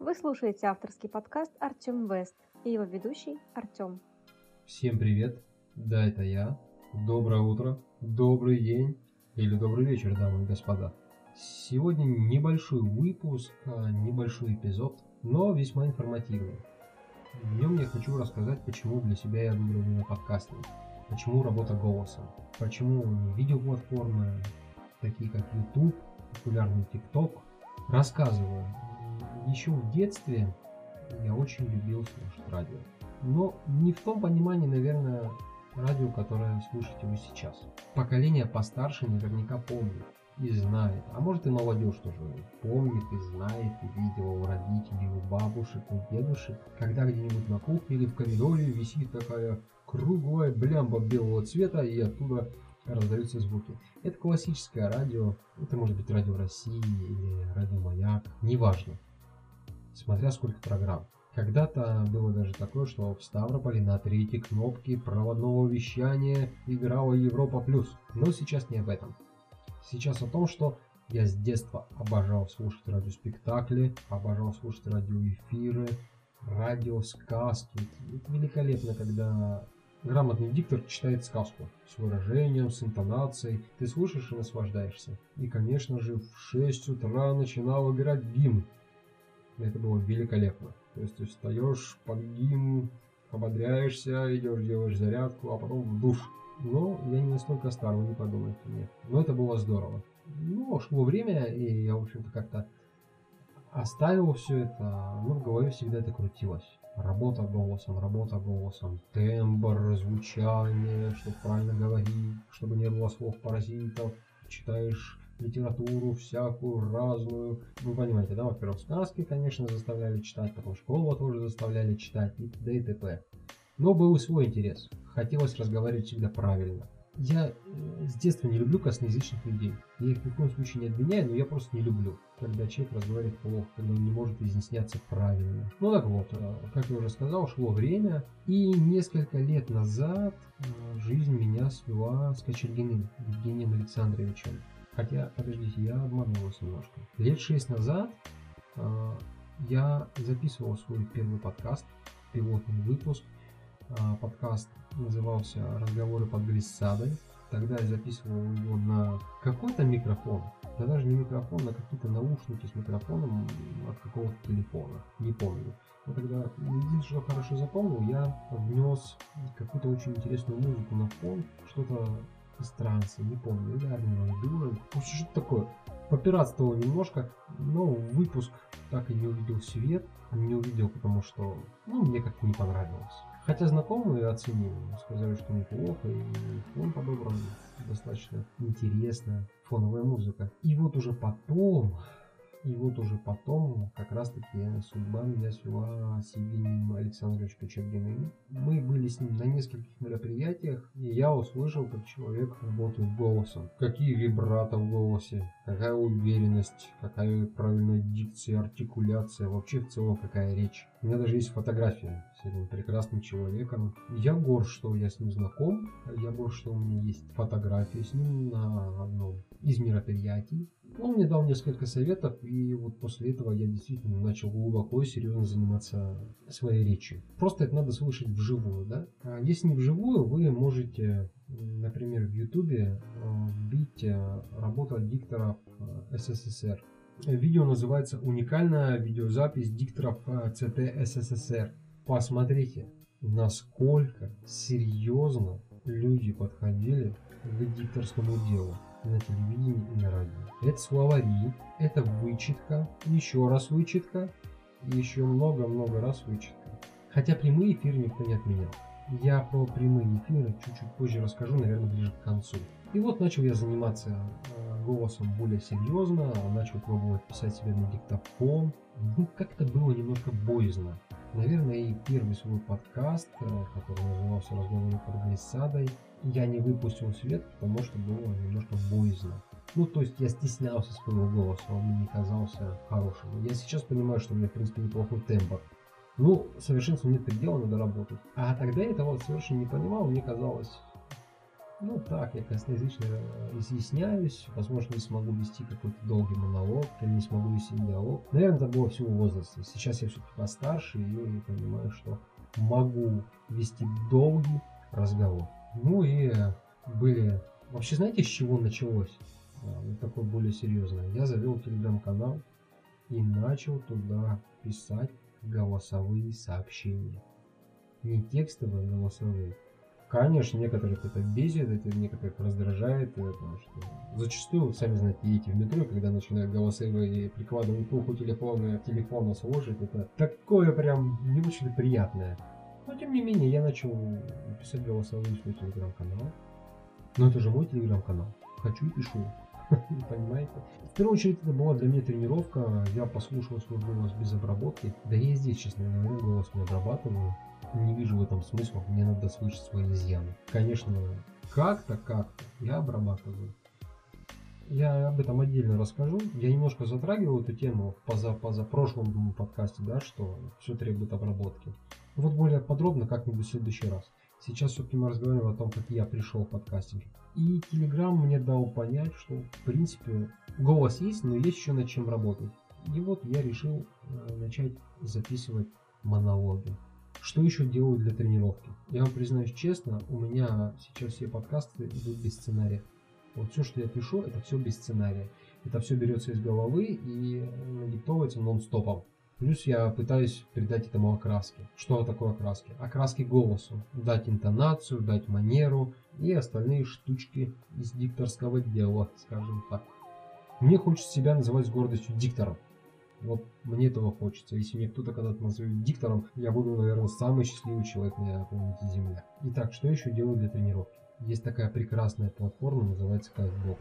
Вы слушаете авторский подкаст Артем Вест и его ведущий Артем. Всем привет, да, это я. Доброе утро, добрый день или добрый вечер, дамы и господа. Сегодня небольшой выпуск, небольшой эпизод, но весьма информативный. В нем я хочу рассказать, почему для себя я выбрал именно подкастинг, почему работа голосом, почему не видеоплатформы, такие как YouTube, популярный TikTok. Рассказываю. Еще в детстве я очень любил слушать радио. Но не в том понимании, наверное, радио, которое слушаете вы сейчас. Поколение постарше наверняка помнит и знает. А может и молодежь тоже помнит и знает, и видела у родителей, у бабушек, у дедушек, когда где-нибудь на кухне или в коридоре висит такая круглая блямба белого цвета, и оттуда раздаются звуки. Это классическое радио, это может быть радио России или радио Маяк, неважно, смотря сколько программ. Когда-то было даже такое, что в Ставрополе на третьей кнопке проводного вещания играла Европа Плюс. Но сейчас не об этом. Сейчас о том, что я с детства обожал слушать радиоспектакли, обожал слушать радиоэфиры, радиосказки. Это великолепно, когда грамотный диктор читает сказку с выражением, с интонацией. Ты слушаешь и наслаждаешься. И, конечно же, в 6 утра начинал играть гимн. Это было великолепно. То есть ты встаешь под гимн, ободряешься, идешь, делаешь зарядку, а потом в душ. Но я не настолько стар, вы не подумайте, нет. Но это было здорово. Ну, шло время, и я, в общем-то, как-то оставил все это, но в голове всегда это крутилось. Работа голосом, тембр, звучание, чтобы правильно говорить, чтобы не было слов-паразитов. Читаешь литературу всякую, разную. Вы понимаете, да? Во-первых, сказки, конечно, заставляли читать, потом школу тоже заставляли читать, и т.д. и т.п. Но был и свой интерес. Хотелось разговаривать всегда правильно. Я с детства не люблю косноязычных людей. Я их ни в коем случае не обвиняю, но я просто не люблю, когда человек разговаривает плохо, когда он не может изъясняться правильно. Ну так вот, как я уже сказал, шло время, и несколько лет назад жизнь меня свела с Кочергиным Евгением Александровичем. Хотя, подождите, я обманывался немножко. Лет 6 назад я записывал свой первый подкаст, пилотный выпуск. Подкаст назывался «Разговоры под глиссадой». Тогда я записывал его на какой-то микрофон, да даже не микрофон, на какие-то наушники с микрофоном от какого-то телефона, не помню. Но тогда единственное, что хорошо запомнил, я внес какую-то очень интересную музыку на фон, что-то из транса, не помню, или Армина Вайдура, что-то такое. Попиратствовал немножко, но выпуск так и не увидел свет, не увидел, потому что мне как-то не понравилось. Хотя знакомые оценили, сказали, что неплохо, и фон подобран достаточно интересно, фоновая музыка. И вот уже потом, как раз таки судьба меня свела с Евгением Александровичем Кочергиным. Мы были с ним на нескольких мероприятиях, и я услышал, как человек работает голосом. Какие вибрато в голосе, какая уверенность, какая правильная дикция, артикуляция, вообще в целом какая речь. У меня даже есть фотография с этим прекрасным человеком. Я горд, что я с ним знаком, я горд, что у меня есть фотография с ним на одном из мероприятий. Он мне дал несколько советов, и вот после этого я действительно начал глубоко и серьезно заниматься своей речью. Просто это надо слышать вживую, да? А если не вживую, вы можете, например, в Ютубе вбить работа дикторов СССР. Видео называется «Уникальная видеозапись дикторов ЦТ СССР». Посмотрите, насколько серьезно люди подходили к дикторскому делу на телевидении и на радио. Это словари, это вычетка, еще раз вычетка, и еще много-много раз вычетка. Хотя прямые эфиры никто не отменял. Я про прямые эфиры чуть-чуть позже расскажу, наверное, ближе к концу. И вот начал я заниматься голосом более серьезно, начал пробовать писать себе на диктофон. Как-то было немножко боязно. Наверное, и первый свой подкаст, который назывался «Разговоры под глиссадой», я не выпустил в свет, потому что было немножко боязно. То есть я стеснялся своего голоса, он мне не казался хорошим. Я сейчас понимаю, что у меня, в принципе, неплохой тембр. Совершенству нет предела, надо работать. А тогда я этого совершенно не понимал, мне казалось, Ну так, я косноязычно изъясняюсь, возможно, не смогу вести какой-то долгий монолог, или не смогу вести диалог. Наверное, это было всего возраста. Сейчас я все-таки постарше и понимаю, что могу вести долгий разговор. Ну и были... Вообще, знаете, с чего началось? Вот такое более серьезное. Я завел телеграм-канал и начал туда писать голосовые сообщения. Не текстовые, а голосовые. Конечно, некоторых это бесит, это некоторых раздражает, потому что зачастую, сами знаете, едете в метро, когда начинают голосовые прикладывать к уху телефона слушать, это такое прям не очень приятное. Но тем не менее, я начал писать голосовые в свой телеграм-канал. Но это же мой телеграм-канал. Хочу и пишу. Понимаете? В первую очередь это была для меня тренировка. Я послушал свой голос без обработки. Да я и здесь, честно говоря, голос не обрабатываю. Не вижу в этом смысла, мне надо слышать свои изъяны. Конечно, как-то я обрабатываю. Я об этом отдельно расскажу. Я немножко затрагивал эту тему в позапрошлом подкасте, да, что все требует обработки. Вот более подробно как-нибудь в следующий раз. Сейчас все-таки мы разговариваем о том, как я пришел в подкастинг. И Telegram мне дал понять, что в принципе голос есть, но есть еще над чем работать. И вот я решил начать записывать монологи. Что еще делаю для тренировки? Я вам признаюсь честно, у меня сейчас все подкасты идут без сценария. Вот все, что я пишу, это все без сценария. Это все берется из головы и диктовывается нон-стопом. Плюс я пытаюсь придать этому окраски. Что такое окраски? Окраски голосу. Дать интонацию, дать манеру и остальные штучки из дикторского дела, скажем так. Мне хочется себя называть с гордостью диктором. Вот мне этого хочется. Если мне кто-то когда-то назовет диктором, я буду, наверное, самый счастливый человек на планете Земля. Итак, что еще делаю для тренировки? Есть такая прекрасная платформа, называется Kitebox.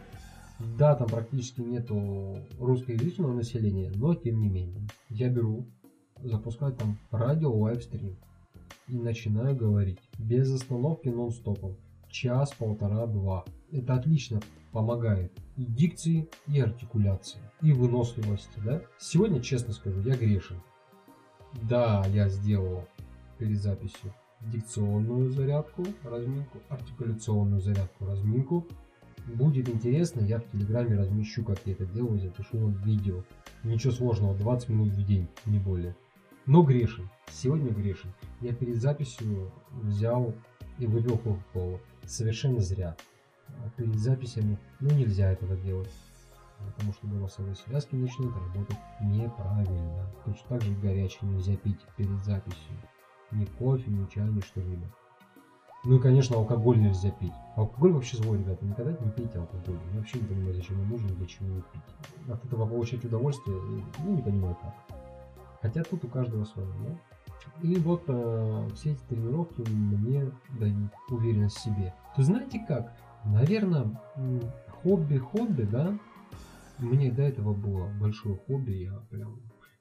Да, там практически нету русскоязычного населения, но тем не менее. Я беру, запускаю там радио лайвстрим и начинаю говорить без остановки нон-стопом. Час, полтора, два. Это отлично помогает и дикции, и артикуляции, и выносливости, да? Сегодня, честно скажу, я грешен. Да, я сделал перед записью дикционную зарядку, разминку, артикуляционную зарядку, разминку. Будет интересно, я в Телеграме размещу, как я это делаю, запишу вам видео. Ничего сложного, 20 минут в день, не более. Но грешен, сегодня грешен. Я перед записью взял и выпил кока-колу. Совершенно зря. Перед записями, нельзя этого делать. Потому что голосовые связки начнут работать неправильно. Точно так же и горячее нельзя пить перед записью. Ни кофе, ни чай, ни что-либо. Ну и, конечно, алкоголь нельзя пить. Алкоголь вообще злой, ребята. Никогда не пейте алкоголь. Я вообще не понимаю, зачем он нужен, для чего его пить. От этого получать удовольствие, не понимаю как. Хотя тут у каждого свое, да? И вот все эти тренировки мне дают уверенность в себе. То знаете как? Наверное, хобби, да? Мне до этого было большое хобби. Я прям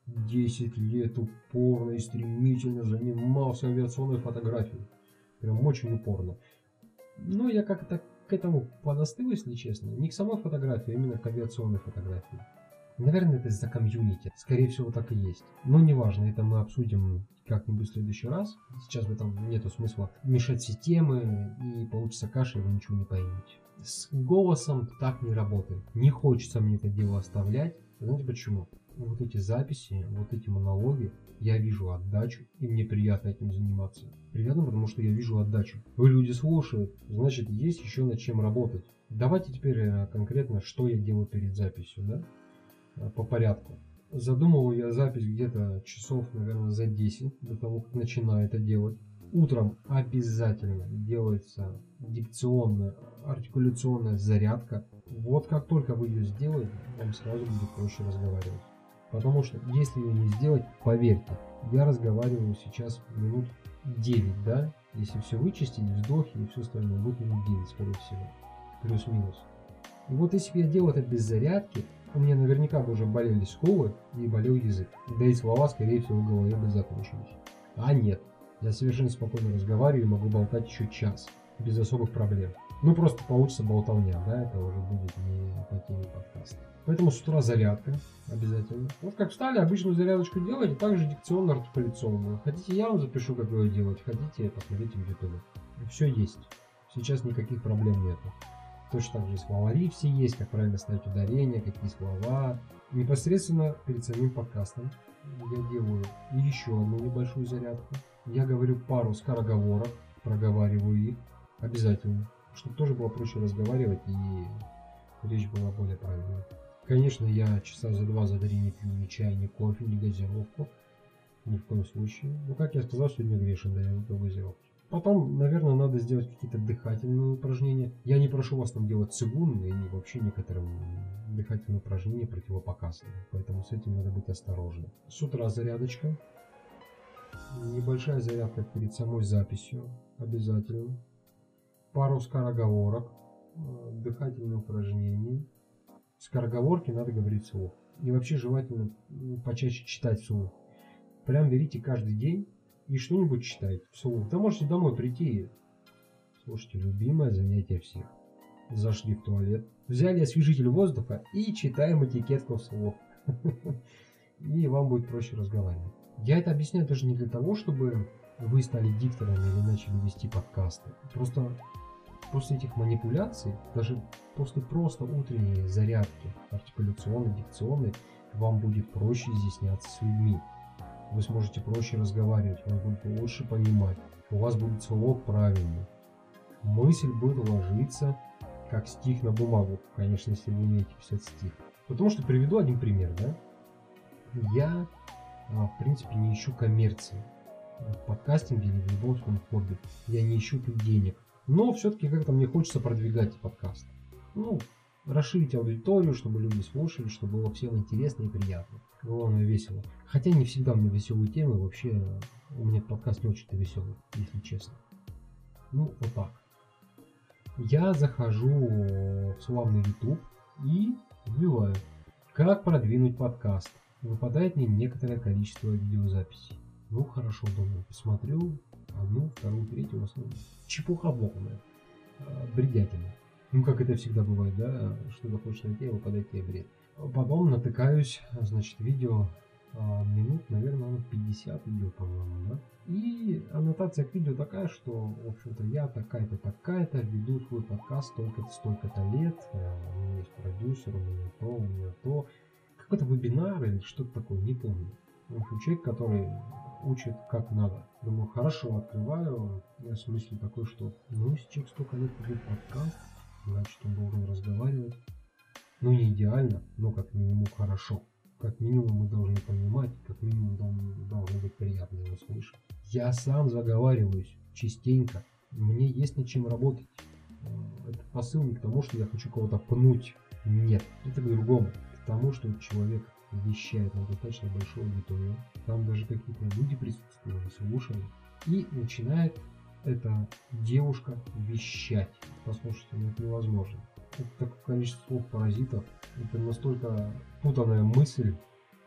10 лет упорно и стремительно занимался авиационной фотографией. Прям очень упорно. Но я как-то к этому подостыл, если честно. Не к самой фотографии, а именно к авиационной фотографии. Наверное, это из-за комьюнити. Скорее всего, так и есть. Но неважно, это мы обсудим как-нибудь в следующий раз. Сейчас в этом нету смысла мешать все темы, и получится каша, и вы ничего не поймете. С голосом так не работает. Не хочется мне это дело оставлять. Знаете почему? Вот эти записи, вот эти монологи, я вижу отдачу, и мне приятно этим заниматься. Приятно, потому что я вижу отдачу. Вы люди слушают, значит, есть еще над чем работать. Давайте теперь конкретно, что я делаю перед записью, да? По порядку. Задумываю я запись где-то часов, наверное, за 10 до того, как начинаю это делать. Утром обязательно делается дикционная, артикуляционная зарядка. Вот как только вы ее сделаете, вам сразу будет проще разговаривать. Потому что если ее не сделать, поверьте, я разговариваю сейчас минут 9, да? Если все вычистить, вздохи и все остальное, будет минут 9, скорее всего. Плюс-минус. И вот если бы я делал это без зарядки, у меня наверняка бы уже болели скулы и болел язык. Да и слова, скорее всего, в голове бы закончились. А нет. Я совершенно спокойно разговариваю и могу болтать еще час. Без особых проблем. Ну просто получится болтовня, да? Это уже будет не по теме подкаста. Поэтому с утра зарядка обязательно. Вот как встали, обычную зарядочку делаете, также дикционно-артикуляционную. Хотите, я вам запишу, как ее делать. Хотите, посмотрите в YouTube. Все есть. Сейчас никаких проблем нету. Точно так же словари все есть, как правильно ставить ударение, какие слова. Непосредственно перед самим подкастом я делаю еще одну небольшую зарядку. Я говорю пару скороговорок, проговариваю их обязательно, чтобы тоже было проще разговаривать и речь была более правильной. Конечно, я часа за 2-3 не пью ни чай, ни кофе, ни газировку. Ни в коем случае. Ну, как я сказал, сегодня грешен, да, я выпил газировку. Потом, наверное, надо сделать какие-то дыхательные упражнения. Я не прошу вас там делать цигун и вообще некоторым дыхательные упражнения противопоказаны. Поэтому с этим надо быть осторожным. С утра зарядочка. Небольшая зарядка перед самой записью. Обязательно. Пару скороговорок. Дыхательные упражнения. Скороговорки надо говорить вслух. И вообще желательно почаще читать вслух. Прям берите каждый день и что-нибудь читайте вслух. Да можете домой прийти и слушайте, любимое занятие всех. Зашли в туалет, взяли освежитель воздуха и читаем этикетку вслух. И вам будет проще разговаривать. Я это объясняю даже не для того, чтобы вы стали дикторами или начали вести подкасты. Просто после этих манипуляций, даже после просто утренней зарядки, артикуляционной, дикционной, вам будет проще изъясняться с людьми. Вы сможете проще разговаривать, вас будет лучше понимать, у вас будет слог правильный. Мысль будет ложиться как стих на бумагу, конечно, если вы умеете писать стих. Потому что приведу один пример, да. Я, в принципе, не ищу коммерции в подкастинге или в любом своем хобби. Я не ищу тут денег. Но все-таки как-то мне хочется продвигать подкаст. Ну, расширить аудиторию, чтобы люди слушали, чтобы было всем интересно и приятно. Главное, весело. Хотя не всегда у меня веселые темы. Вообще, у меня подкаст не очень-то веселый, если честно. Ну, вот так. Я захожу в славный YouTube и вбиваю, как продвинуть подкаст. Выпадает мне некоторое количество видеозаписей. Ну, хорошо, думаю, посмотрю одну, вторую, третью, в основном. Чепуха полная. Бредятина. Ну, как это всегда бывает, да, что-то хочешь найти, выпадает тебе бред. Потом натыкаюсь, значит, видео минут, наверное, 50 видео, по-моему, да. И аннотация к видео такая, что, в общем-то, я такая-то, веду свой подкаст столько-то лет, у меня есть продюсер, у меня то. Какой-то вебинар или что-то такое, не помню. В общем, человек, который учит как надо. Думаю, хорошо, открываю, в смысле такой, что, ну, если человек столько лет ведет подкаст, значит, он должен разговаривать. Ну, не идеально, но как минимум хорошо. Как минимум мы должны понимать, как минимум должно быть приятно его слышать. Я сам заговариваюсь частенько. Мне есть над чем работать. Это посыл не к тому, что я хочу кого-то пнуть. Нет, это к другому. К тому, что человек вещает на достаточно большую аудиторию. Там даже какие-то люди присутствуют, слушают. И начинает эта девушка вещать. Послушайте, ну это невозможно. Это такое количество слов паразитов. Это настолько путанная мысль.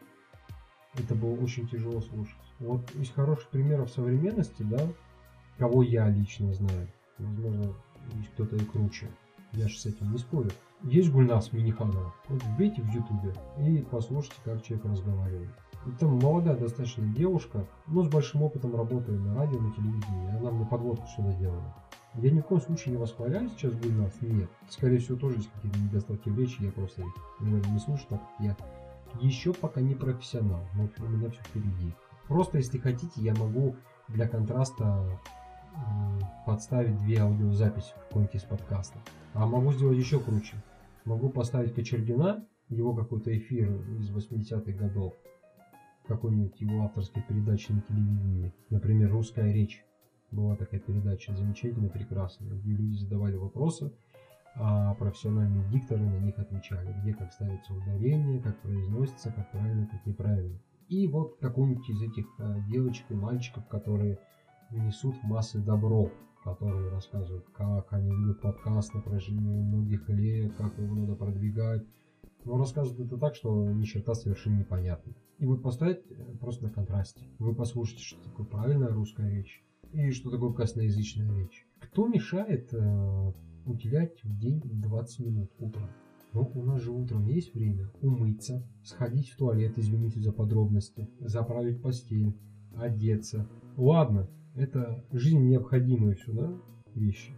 Это было очень тяжело слушать. Вот из хороших примеров современности, да, кого я лично знаю. Возможно, есть кто-то и круче. Я же с этим не спорю. Есть Гульнас Миниханова. Вот вбейте в Ютубе и послушайте, как человек разговаривает. Это молодая достаточно девушка, но с большим опытом работы на радио, на телевидении. Она мне подводку сюда делала. Я ни в коем случае не восхваляю сейчас Гульнас, нет. Скорее всего, тоже есть какие-то недостатки в речи, я просто их, наверное, не слушаю, так как я еще пока не профессионал, но у меня все впереди. Просто, если хотите, я могу для контраста подставить 2 аудиозаписи в какой-нибудь из подкастов. А могу сделать еще круче. Могу поставить Кочергина, его какой-то эфир из 80-х годов, какой-нибудь его авторской передачи на телевидении. Например, «Русская речь». Была такая передача замечательная, прекрасная, где люди задавали вопросы, а профессиональные дикторы на них отвечали. Где как ставится ударение, как произносится, как правильно, как неправильно. И вот какой-нибудь из этих девочек и мальчиков, которые несут в массы добро, которые рассказывают, как они ведут подкаст на протяжении многих лет, как его надо продвигать. Но рассказывают это так, что ни черта совершенно непонятно. И вот поставить просто на контрасте. Вы послушайте, что такое правильная русская речь и что такое косноязычная речь. Кто мешает уделять в день 20 минут утром? Ну, у нас же утром есть время умыться, сходить в туалет, извините за подробности, заправить постель, одеться. Ладно, это жизненно необходимые все, да, вещи.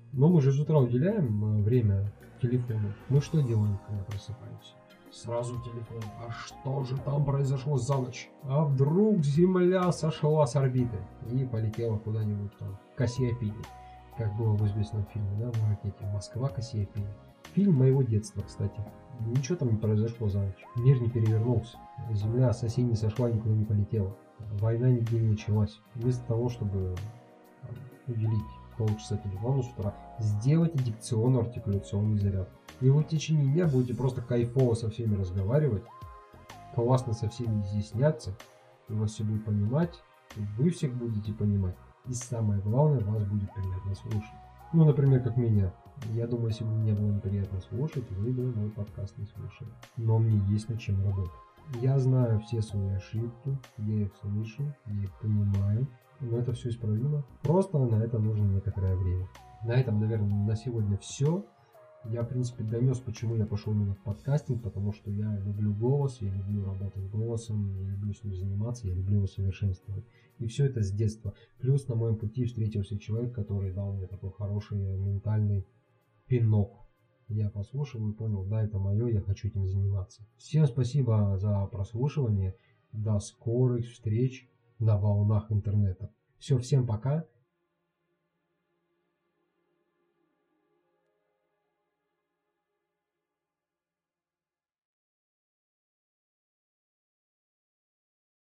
Но мы же с утра уделяем время телефону. Мы что делаем, когда просыпаемся? Сразу телефон. А что же там произошло за ночь? А вдруг Земля сошла с орбиты и полетела куда-нибудь там к Кассиопее, как было в известном фильме, да, на ракете «Москва, Кассиопея». Фильм моего детства, кстати. Ничего там не произошло за ночь. Мир не перевернулся. Земля с оси не сошла, никуда не полетела. Война нигде не началась. Вместо того, чтобы уделить полчаса телефону с утра, сделайте дикционно-артикуляционный заряд. И вы в течение дня будете просто кайфово со всеми разговаривать, классно со всеми изъясняться, и вас все будут понимать, и вы всех будете понимать. И самое главное, вас будет приятно слушать. Ну, например, как меня. Я думаю, если бы мне было неприятно слушать, вы бы мой подкаст не слушали. Но мне есть над чем работать. Я знаю все свои ошибки, я их слышу, я их понимаю. Но это все исправимо. Просто на это нужно некоторое время. На этом, наверное, на сегодня все. Я, в принципе, донес, почему я пошел именно в подкастинг, потому что я люблю голос, я люблю работать голосом, я люблю с ним заниматься, я люблю его совершенствовать. И все это с детства. Плюс на моем пути встретился человек, который дал мне такой хороший ментальный пинок. Я послушал и понял, да, это мое, я хочу этим заниматься. Всем спасибо за прослушивание. До скорых встреч на волнах интернета. Все, всем пока.